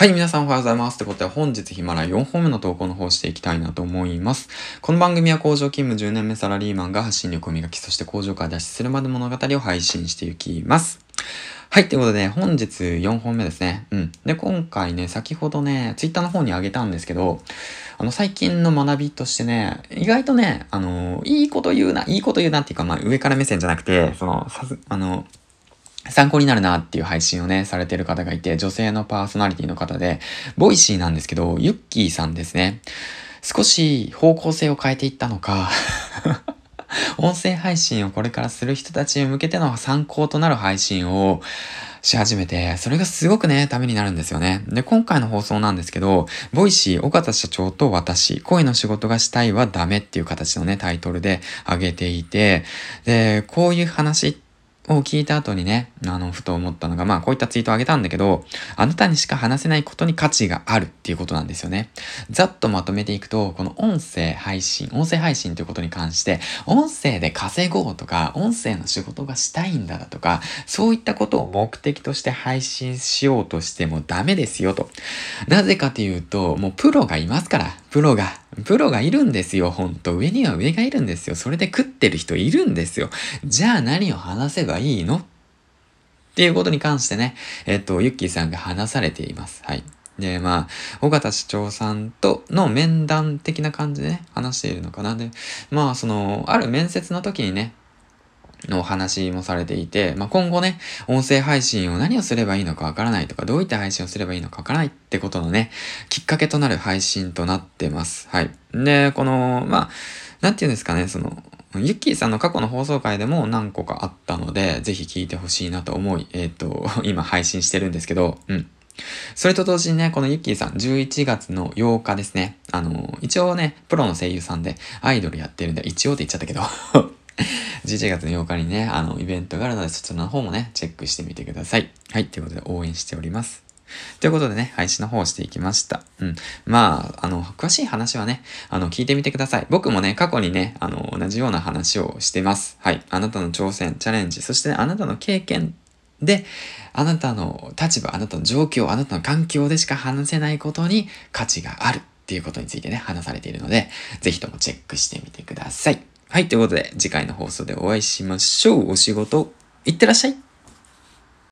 はい、皆さんおはようございます。ってことで本日ヒマラヤ4本目の投稿の方をしていきたいなと思います。この番組は工場勤務10年目サラリーマンが発信力を磨き、そして工場から脱出するまで物語を配信していきます。はい、ということで本日4本目ですね。で、今回ね、先ほどね、ツイッターの方に上げたんですけど、最近の学びとしてね、意外とね、いいこと言うなっていうか、上から目線じゃなくて、参考になるなっていう配信をね、されてる方がいて、女性のパーソナリティの方で、ボイシーなんですけど、ユッキーさんですね。少し方向性を変えていったのか、音声配信をこれからする人たちに向けての参考となる配信をし始めて、それがすごくね、ためになるんですよね。で、今回の放送なんですけど、ボイシー、岡田社長と私、恋の仕事がしたいはダメっていう形のね、タイトルで上げていて、で、こういう話を聞いた後にね、ふと思ったのが、こういったツイートをあげたんだけど、あなたにしか話せないことに価値があるっていうことなんですよね。ざっとまとめていくと、この音声配信ということに関して、音声で稼ごうとか、音声の仕事がしたいんだとか、そういったことを目的として配信しようとしてもダメですよと。なぜかというと、もうプロがいますから、プロがいるんですよ、ほんと。上には上がいるんですよ。それで食ってる人いるんですよ。じゃあ何を話せばいいのっていうことに関してね、ユッキーさんが話されています。はい。で、尾形社長さんとの面談的な感じでね、話しているのかな。で、ある面接の時にね、のお話もされていて、今後ね、音声配信を何をすればいいのかわからないとか、どういった配信をすればいいのかわからないってことのね、きっかけとなる配信となってます。はい。で、なんていうんですかね、ユッキーさんの過去の放送回でも何個かあったので、ぜひ聞いてほしいなと思い、今配信してるんですけど、それと同時にね、このユッキーさん、11月の8日ですね。一応ね、プロの声優さんでアイドルやってるんで、一応って言っちゃったけど、11月の8日にね、イベントがあるので、そちらの方もね、チェックしてみてください。はい、ということで応援しております。ということでね、配信の方をしていきました。詳しい話はね、聞いてみてください。僕もね、過去にね、同じような話をしてます。はい。あなたの挑戦、チャレンジ、そして、ね、あなたの経験で、あなたの立場、あなたの状況、あなたの環境でしか話せないことに価値があるっていうことについてね、話されているので、ぜひともチェックしてみてください。はい、ということで、次回の放送でお会いしましょう。お仕事、いってらっしゃい。